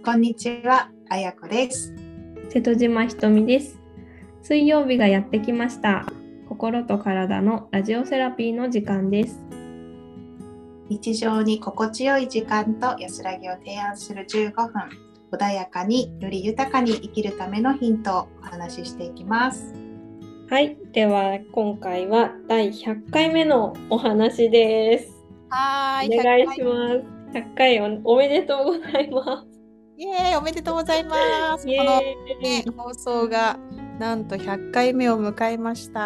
こんにちは、あやこです。 瀬戸島ひとみです。水曜日がやってきました。心と体のラジオセラピーの時間です。 日常に心地よい時間と安らぎを提案する15分、穏やかにより豊かに生きるためのヒントをお話ししていきます。 はい、では今回は第100回目のお話です。 はーい、100 お願いし回。 ます。100回おめでとうございます。 イエーイ、おめでとうございます。 イこの、 エーイ。 放送がなんと100回目を迎えました。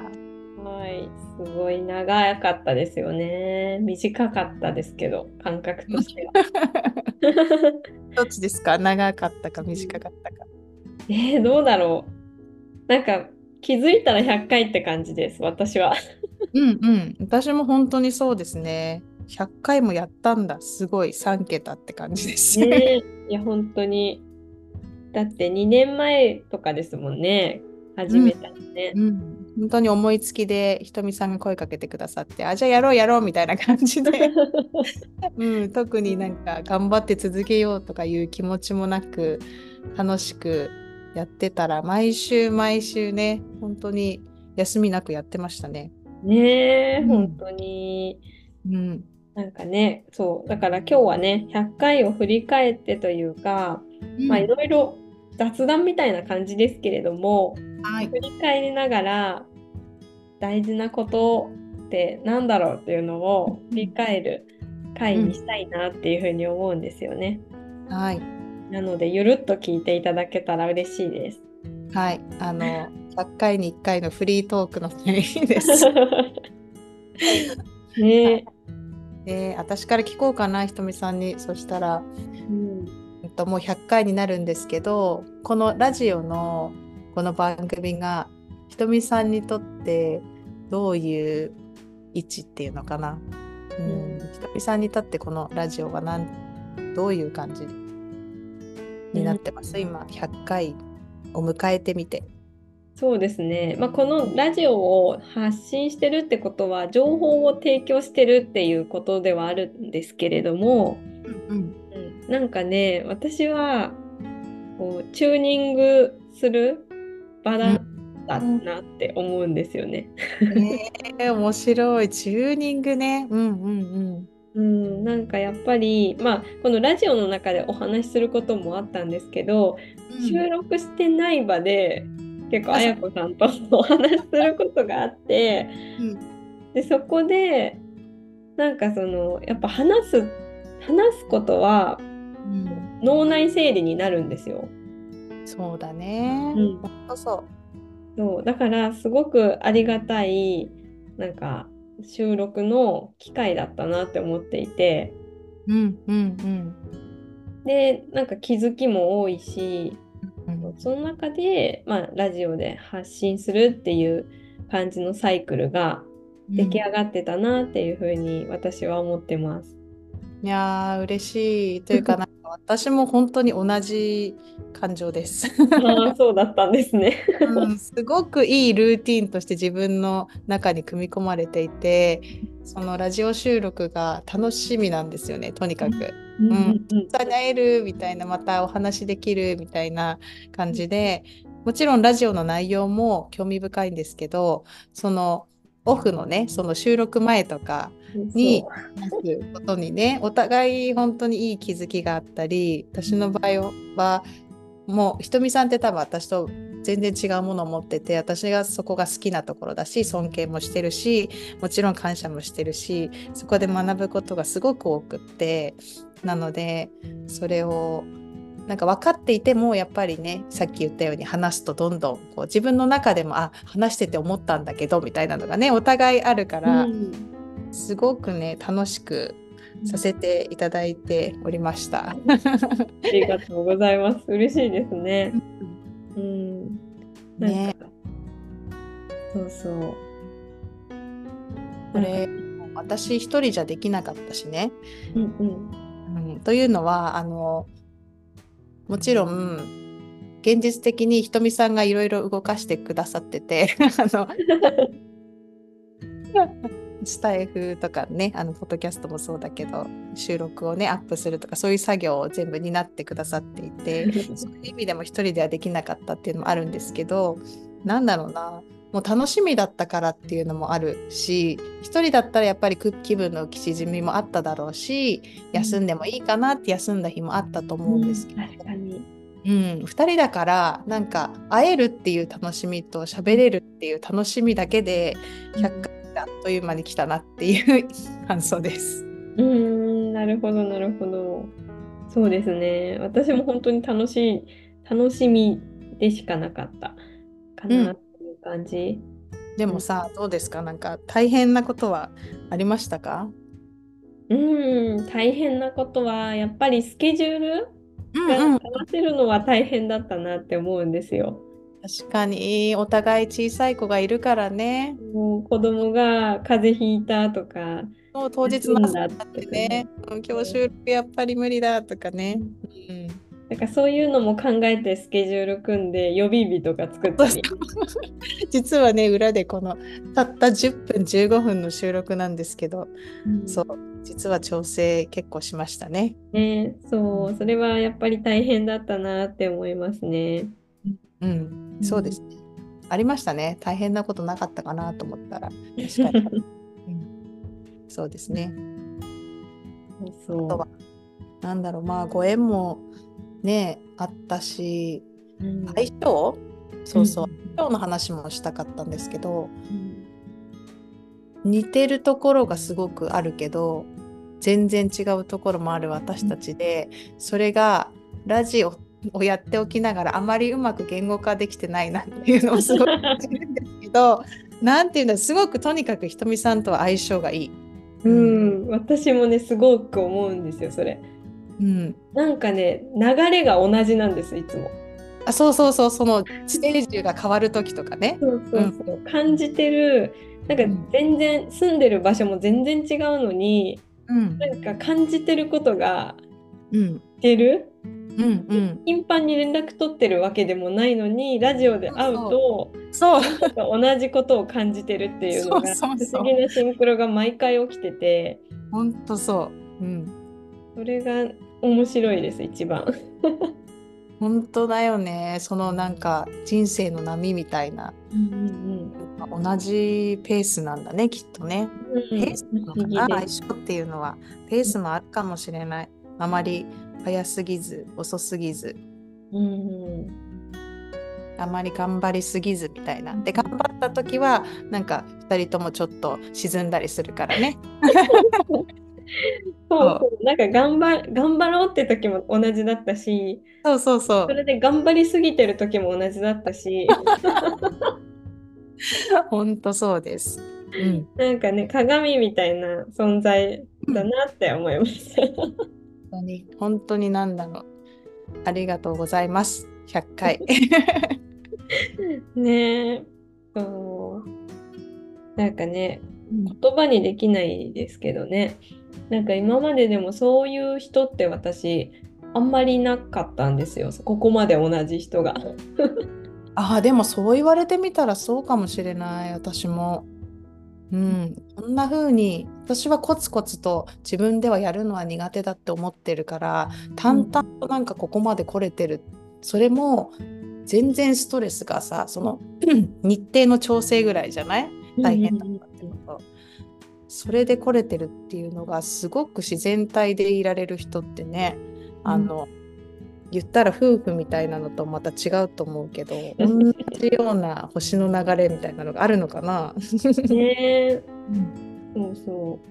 はい、すごい長かったですよね。短かったですけど、感覚としては。 どっちですか？長かったか短かったか。 どうだろう。なんか気づいたら100回って感じです、私は。 うんうん。私も本当にそうですね。100回もやったんだ。すごい。3桁って感じです。 ねえ、いや、本当に。だって2年前とかですもんね、始うんめたのね。 うん。本当に思いつきでひとみさんが声かけてくださって、あ、じゃあやろうやろうみたいな感じで、うん、特になんか頑張って続けようとかいう気持ちもなく、楽しくやってたら、毎週毎週ね、本当に休みなくやってましたね。 ねえ、 うん。 本当に。 うん。 なんかね、そう、だから今日はね、100回を振り返ってというか、まあいうん。 ろいろ雑談みたいな感じですけれども、 はい。 振り返りながら大事なことってなんだろうっていうのを振りうん。 返る回うん。 にしたいなっていうふうに思うんですよね。 はい。 なので、ゆるっと聞いていただけたら嬉しいです。 はい。100回に1回のフリートークの回です。はね。 い。私から聞こうかな、ひとみさんに。そしたら、 うん。 もう100回になるんですけど、このラジオのこの番組がひとみさんにとってどういう位置っていうのかな。 うん。 ひとみさんにとってこのラジオはどういう感じになうん、 ってます？今100回を迎えてみて。 そうですね。まあ、このラジオを発信してるってことは、情報を提供してるっていうことではあるんですけれども、 うん。 なんかね、私はこうチューニングする場だっうん。 たうん。 なって思うんですよね。 面白い。チューニングね。うんうんなんかやっぱり、まあ、このラジオの中でお話しすることもあったんですけど、 うん。うん。 収録してない場で結構あ、 あやこさんとお話しすることがあって、 うん。 で、そこでなんかやっぱ話すことはうん。 脳内整理になるんですよ。 そうだね。 うん。 ほんとそそう、だからすごくありがたい、なんか収録の機会だったなって思っていて、 う。うんうんで、なんか気づきも多いし、 うん。 その中で、まあ、ラジオで発信するっていう感じのサイクルが出来うん。 上がってたなっていうふうに私は思ってます。 いやー、嬉しい。というか、なんか私も本当に同じ感情です。 ああ、そうだったんですね。 うん、すごくいいルーティンとして自分の中に組み込まれていて、そのラジオ収録が楽しみなんですよね、とにかく。 うんうん、 うんに会えるみたいな、またお話できるみたいな感じで、もちろんラジオの内容も興味深いんですけど、そのオフのね、その収録前とかうん。 にそ話すことにね、お互い本当にいい気づきがあったり、私の場合は、もうひとみさんって多分私と全然違うものを持ってて、私がそこが好きなところだし、尊敬もしてるし、もちろん感謝もしてるし、そこで学ぶことがすごく多くって、なのでそれをなんか分かっていても、やっぱりね、さっき言ったように話すとどんどんこう自分の中でも、あ、話してて思ったんだけどみたいなのがね、お互いあるかう。うら、 ん。 すごくね、楽しくさせていただいておりました。 ありがとうございます。嬉しいですね。うん。なんか、 ね、 そうそう。なんか、 これ私一人じゃできなかったしね。 うんうん。 というのはもちろん現実的にひとみさんがいろいろ動かしてくださっててスタイフとかね、ポッドキャストもそうだけど、収録をね、アップするとか、そういう作業を全部担ってくださっていて、そういう意味でも一人ではできなかったっていうのもあるんですけど、なんだろうな、もう楽しみだったからっていうのもあるし、一人だったらやっぱり気分の浮き沈みもあっただろうし、休んでもいいかなって休んだ日もあったと思うんですけど、 確かに。 2人だからなんか会えるっていう楽しみと喋れるっていう楽しみだけで100回あっという間に来たなっていう感想です。 なるほど、なるほど。そうですね。私も本当に楽しみでしかなかったかうん、 なっていう感じ。 でもさ、どうですか？なんか大変なことはありましたか？ 大変なことは、やっぱりスケジュールが合うんうん。 わせるのは大変だったなって思うんですよ。 確かにお互い小さい子がいるからね。 もう子供が風邪ひいたとか、 もう当日の朝に休んだなってとかね。 ね、今日収録やっぱり無理だとかね。 うんうん、 なんかそういうのも考えてスケジュール組んで予備日とか作ったり。 実はね、裏でこのたった10分15分の収録なんですけど、そう、実は調整結構しましたね。 ね、そう、それはやっぱり大変だったなって思いますね。 うん、 うん、 そうですね。ありましたね。大変なことなかったかなと思ったら、確かに。うん、そうですね。 そうあとは、 そなんだろう、まあ、ご縁もね、あったし、 う。 相性うんそうそう、相性の話もしたかったんですけど、 うん似てるところがすごくあるけど、全然違うところもある私たちで、それがラジオをやっておきながらあまりうまく言語化できてないなっていうのをすごく感じるんですけど、なんていうんだ、すごくとにかくひとみさんとは相性がいい。 ううん。 ん、私もね、すごく思うんですよ、それ。 うん。 なんかね、流れが同じなんです、いつも。 あ、そうそうそう、そのステージが変わる時とかね。 そうそうん。 うそう。感じてる、なんかうん。 全然、住んでる場所も全然違うのに、 うん。 なんか感じてることがうん。 似てる。 うん。うん。 頻繁に連絡取ってるわけでもないのに、ラジオで会うそうそう。 と、 そう。 なんか同じことを感じてるっていうのそうが、 そうそう。 不思議なシンクロが毎回起きてて、 ほんとそう。うん。 それが面白いです、一番。 本当だよね。そのなんか人生の波みたいな、 うん同じペースなんだね、きっとね。 うんうん、 ペースなの不思かな、 議です。 相性っていうのは。ペースもあるかもしれない。あまり早すぎず、遅すぎず、 うんあまり頑張りすぎずみたいな。で、頑張った時は、なんか2人ともちょっと沈んだりするからね。そう、 そうそう、なんか頑張ろうって時も同じだったし、 そうそうそう。 それで頑張りすぎてる時も同じだったし、 本当そうです。うん。 なんかね、鏡みたいな存在だなって思います。 本当になんだろう。ありがとうございます。100回。 ねえ、そう。なんかね、 うん、 言葉にできないですけどね。なんか今まででもそういう人って私、あんまりいなかったんですよ。ここまで同じ人が。 ああ、でもそう言われてみたらそうかもしれない、私も。うん。こんな風に、私はコツコツと自分ではやるのは苦手だって思ってるから、淡々となんかここまで来れてる。それも全然ストレスがさ、その日程の調整ぐらいじゃない？大変だったってこと。それで来れてるっていうのがすごく自然体でいられる人ってね、 うん。 言ったら夫婦みたいなのとまた違うと思うけど、同じような星の流れみたいなのがあるのかな。 ねえ、 うん。 そうそう。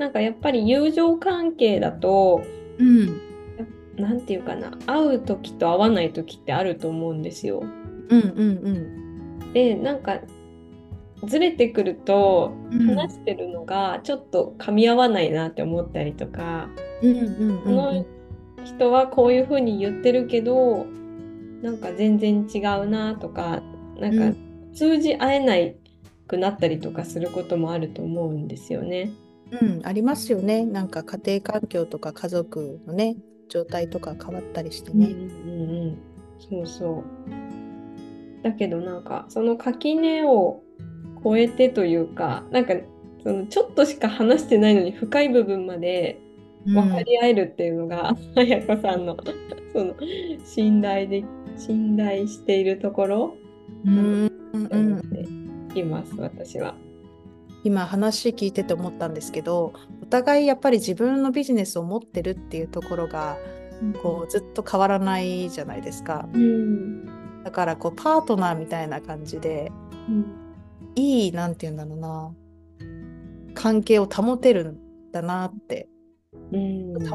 なんかやっぱり友情関係だと、 うん。 なんていうかな、会う時と会わない時ってあると思うんですよ。 うんうんで、なんかずれてくるとうん。 話してるのがちょっと噛み合わないなって思ったりとか、 うんうんこのうん人はこういうふうに言ってるけど、なんか全然違うなとか、なんかうん。 通じ合えないくなったりとかすることもあると思うんですよね。 うん、ありますよね。なんか家庭環境とか家族のね、状態とか変わったりしてね。 うんうんうんうん。そうそう。だけどなんかその垣根を越えてというか、なんかそのちょっとしか話してないのに深い部分まで分かり合えるっていうのが、綾子さんのその信頼で、信頼しているところうん、 かなっうん、 て思っうん。 ています、私は。 今話聞いてて思ったんですけど、お互いやっぱり自分のビジネスを持ってるっていうところがこうずっと変わらないじゃないですか。 うん。 だからこうパートナーみたいな感じでうん。 いい、なんて言うんだろうな、関係を保てるんだなって、 うん。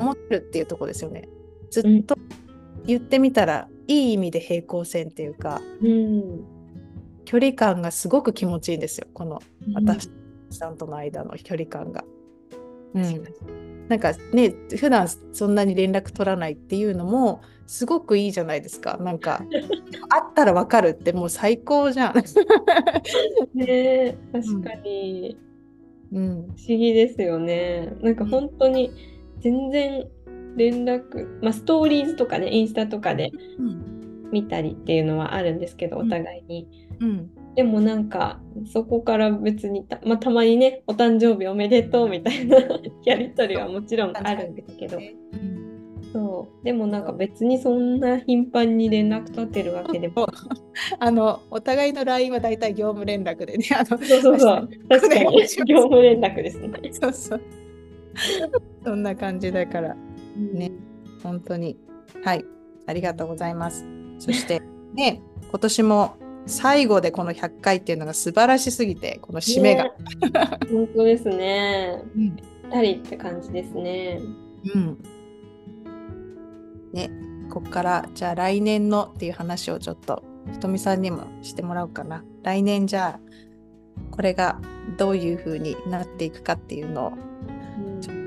保てるっていうところですよね。ずっうん。 と言ってみたらいい意味で平行線っていうか、 うん。 距離感がすごく気持ちいいんですよ、このうん。 私さんとの間の距離感が。うん、 確かに。 なんかね、普段そんなに連絡取らないっていうのもすごくいいじゃないですか。なんか会ったら分かるってもう最高じゃん。 ねえ、確かうん、 に。 うん、 不思議ですよね。なんかうん、 本当に全然連絡、まあ、ストーリーズとかね、インスタとかでうん、 見たりっていうのはあるんですけど、おうん、 互いに。 うん、 でもなんか、そこから別にまあ、たまにね、お誕生日おめでとうみたいなやりとりはもちろんあるんですけど、 ね、うん、 そう。でもなんか別にそんな頻繁に連絡取ってるわけでも。 お互いの LINE はだいたい業務連絡でね、 そうそう明日そう。 お願確かに、 いします。 業務連絡ですね。 そうそう。そんな感じだから、ね、 うん。 本当に。はい、ありがとうございます。そして、ね、今年も最後でこの100回っていうのが素晴らしすぎて、この締めが。 ね、本当ですね。 うん。 ぴったりって感じですね。 うん。ね、ここからじゃあ来年のっていう話をちょっとひとみさんにもしてもらおうかな。来年じゃあこれがどういうふうになっていくかっていうのをうん。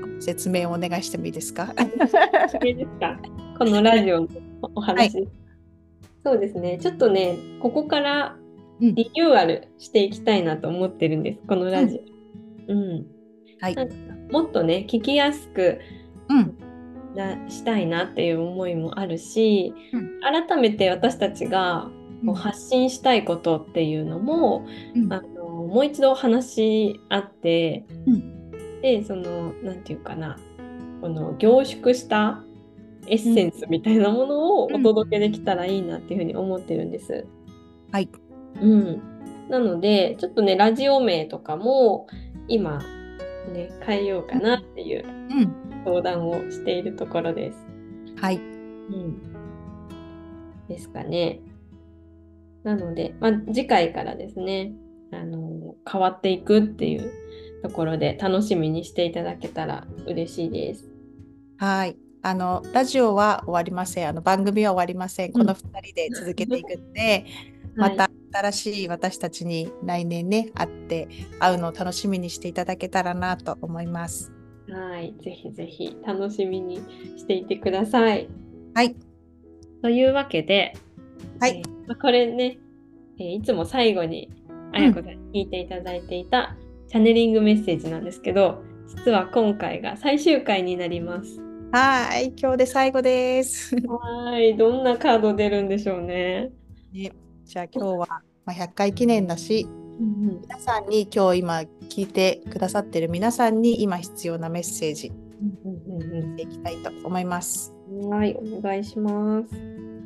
ちょっと説明をお願いしてもいいですか？ いいですか？このラジオのおはい。 話。そうですね。ちょっとね、ここからうん。 リニューアルしていきたいなと思ってるんです。このうん。 ラジオ。うん。 はい。 なんかもっとね、聞きやすくうん。 したいなっていう思いもあるし、 うん。 改めて私たちがこううん。 発信したいことっていうのも、 うん。 もう一度話し合って、 うん。 で、その、なんていうかな、この凝縮したエッうん。 センスみたいなものをおうん。 届けできたらいいなっていうふうに思ってるんです。 はい。 うん。なので、ちょっとね、ラジオ名とかも今、ね、変えようかなっていううん。 相談をしているところです。 はい。 うん。ですかね。なので、まあ、次回からですね、変わっていくっていうところで楽しみにしていただけたら嬉しいです。 はい。ラジオは終わりません。番組は終わりません。このうん。 2人で続けていくので、 はい。 また新しい私たちに来年ね、会うのを楽しみにしていただけたらなと思います。 はい。ぜひぜひ楽しみにしていてください。 はい。 というわけで、 はい。 まあこれね、いつも最後にあうん。 やこさんに聞いていただいていたチャネリングメッセージなんですけど、実は今回が最終回になります。 はい。今日で最後です。 はい。どんなカード出るんでしょうね。 ね、じゃあ今日は、100回記念だし、 うんうん。 皆さんに今日今聞いてくださってる皆さんに今必要なメッセージうんうんうんしていきたいと思います。 うん。はい。お願いします。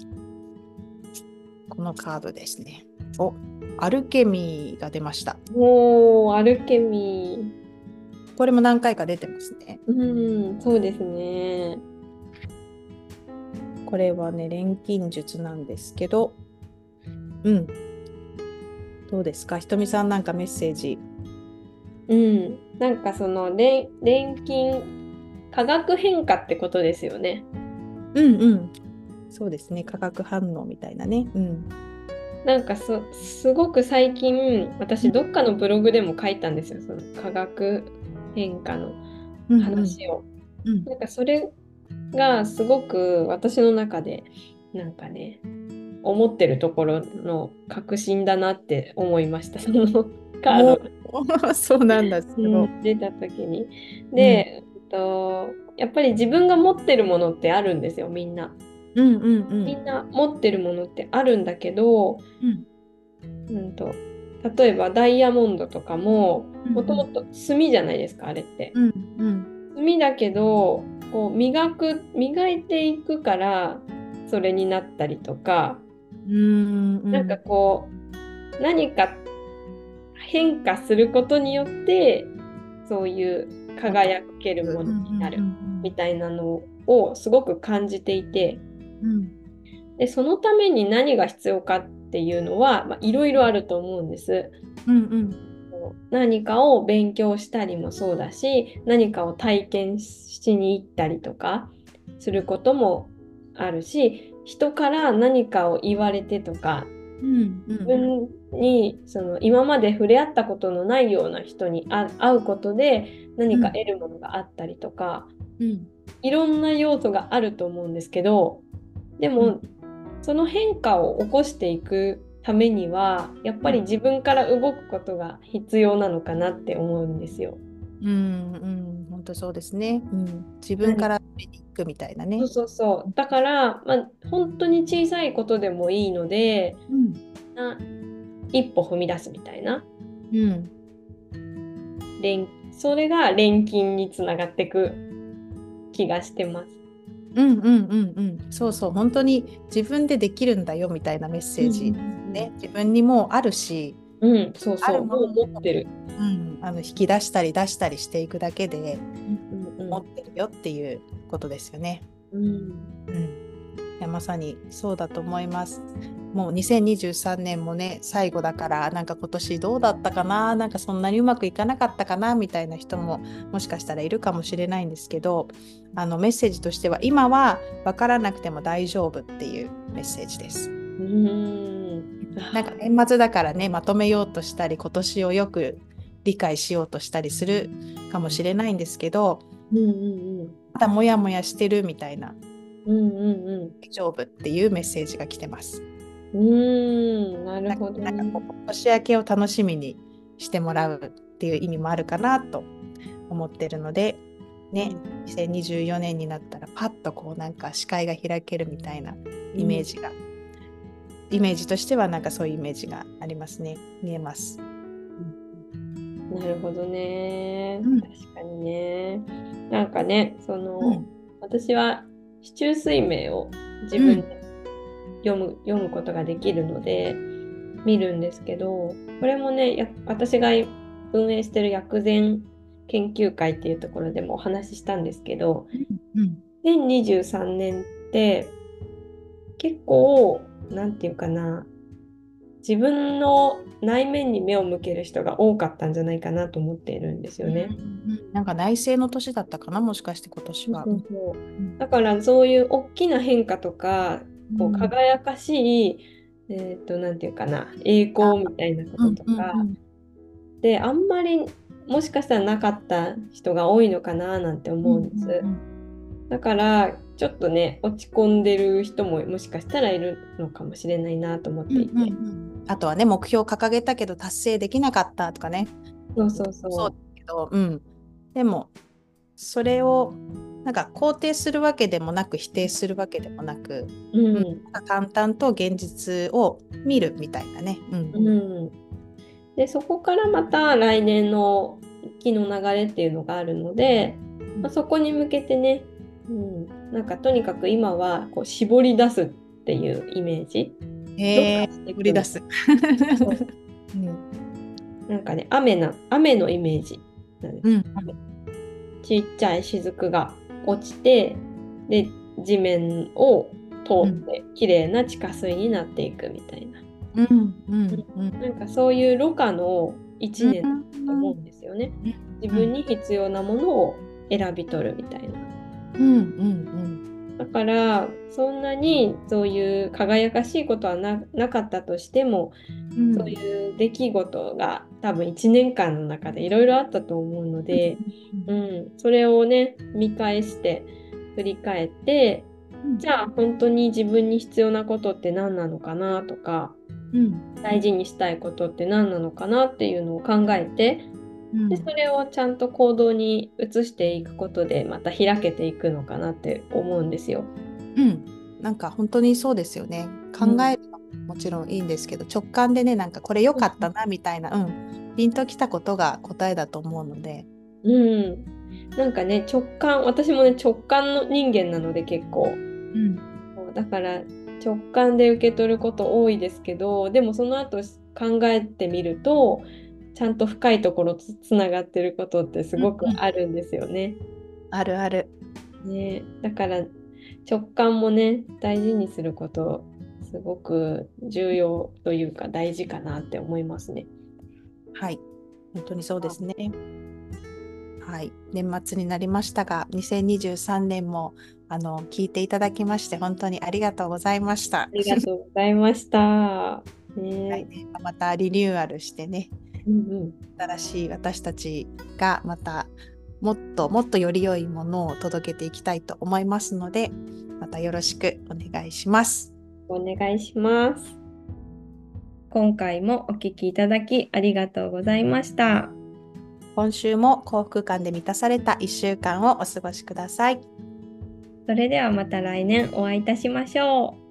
このカードですね。アルケミーが出ました。 おー、アルケミー。 これも何回か出てますね。 うん、そうですね。 これはね、錬金術なんですけど、うん。どうですか、ひとみさん、なんかメッセージ。 うん。なんかその、錬金、化学変化ってことですよね。 うんうん。そうですね。化学反応みたいなね。うん。 なんかすごく最近、私どっかのブログでも書いたんですよ。その化学変化のうんうん話を。 うん。 なんかそれがすごく私の中で、なんかね、思ってるところの確信だなって思いました。そのカーおドが、 お、そうなんだ、すごい。 うん、出た時に。 うん。 で、やっぱり自分が持ってるものってあるんですよ、みんな。 うんうんうん。 みんな持ってるものってあるんだけど、 うんうんと、 例えばダイヤモンドとかもうんもともと炭じゃないですか、あれって。 うんうん炭だけどこう磨いていくからそれになったりとか、 うんうなんかんこう何か変化することによってそういう輝けるものになるみたいなのをすごく感じていて、 うんでそのために何が必要かっていうのは、まあ、いろいろあると思うんです。 うんうん何かを勉強したりもそうだし、何かを体験しに行ったりとかすることもあるし、人から何かを言われてとか、 うんう自ん分にその今まで触れ合ったことのないような人に会うことで何か得るものがあったりとか、 うんいろんな要素があると思うんですけど、でうんもその変化を起こしていくためにはやっぱり自分から動くことが必要なのかなって思うんですよ。 うんうん本当そうですね。自分か何ら見に行くみたいなね。 そうそうそう。だから、まあ、本当に小さいことでもいいので、 うんな一歩踏み出すみたいな。 うんそれが錬金につながっていく気がしてます。 そうそう本当に自分でできるんだよみたいなメッセージね、自分にもうあるし、 うん、そうそう、もうあるもの持ってる。 引き出したり出したりしていくだけでうん持ってるよっていうことですよね。 うんいやまさにそうだと思います。もう2023年もね最後だから、なんか今年どうだったかな、なんかそんなにうまくいかなかったかなみたいな人ももしかしたらいるかもしれないんですけど、メッセージとしては今は分からなくても大丈夫っていうメッセージです。なんか年末だからね、まとめようとしたり今年をよく理解しようとしたりするかもしれないんですけど、まだモヤモヤしてるみたいな、大丈夫っていうメッセージが来てます。 なるほどね。 なんかこう年明けを楽しみにしてもらうっていう意味もあるかなと思ってるので、ね、2024年になったらパッとこうなんか視界が開けるみたいなイメージが、イメージとしてはなんかそういうイメージがありますね。見えます。 なるほどね。 うん確かにね。なんかね、私は四柱推命を自分で読むことができるので見るんですけど、これもね、私が運営してる薬膳研究会っていうところでもお話ししたんですけど、2023年って結構、なんていうかな、自分の内面に目を向ける人が多かったんじゃないかなと思っているんですよね。 なんか内政の年だったかな、もしかして今年は。 だからそういう大きな変化とか、こう輝かしい、なんていうかな、栄光みたいなこととか、で、あんまりもしかしたらなかった人が多いのかななんて思うんです。だからちょっとね、落ち込んでる人ももしかしたらいるのかもしれないなと思っていて。 あとはね、目標を掲げたけど達成できなかったとかね。 そうだけど、でもそれをなんか肯定するわけでもなく否定するわけでもなく、淡々と現実を見るみたいなね。 でそこからまた来年の気の流れっていうのがあるので、そこに向けてね、なんかとにかく今はこう絞り出すっていうイメージ。 絞り出す。 なんかね、雨のイメージなんです。ちっちゃい雫が落ちて、で地面を通って綺麗な地下水になっていくみたいな。なんかそういうろ過の一年だと思うんですよね。自分に必要なものを選び取るみたいな。だからそんなにそういう輝かしいことはなかったとしても、そういう出来事が多分1年間の中でいろいろあったと思うので、それをね見返して振り返って、じゃあ本当に自分に必要なことって何なのかなとか、大事にしたいことって何なのかなっていうのを考えて、でそれをちゃんと行動に移していくことでまた開けていくのかなって思うんですよ。 なんか本当にそうですよね。考えるのもちろんいいんですけど、直感でね、なんかこれ良かったなみたいな、ピンときたことが答えだと思うので。 うん。なんかね、直感、私もね、直感の人間なので結構。そうだから直感で受け取ること多いですけど、でもその後考えてみると、ちゃんと深いところとつながってることってすごくあるんですよね。 あるある。 ね、だから直感もね、大事にすること、すごく重要というか大事かなって思いますね。 はい、本当にそうですね。はい、年末になりましたが、2023年も聞いていただきまして本当にありがとうございました。 ありがとうございました。ね、 来年はまたリニューアルしてね、 うんうん。 新しい私たちがまたもっともっとより良いものを届けていきたいと思いますので、またよろしくお願いします。 お願いします。今回もお聞きいただきありがとうございました。 今週も幸福感で満たされた1週間をお過ごしください。 それではまた来年お会いいたしましょう。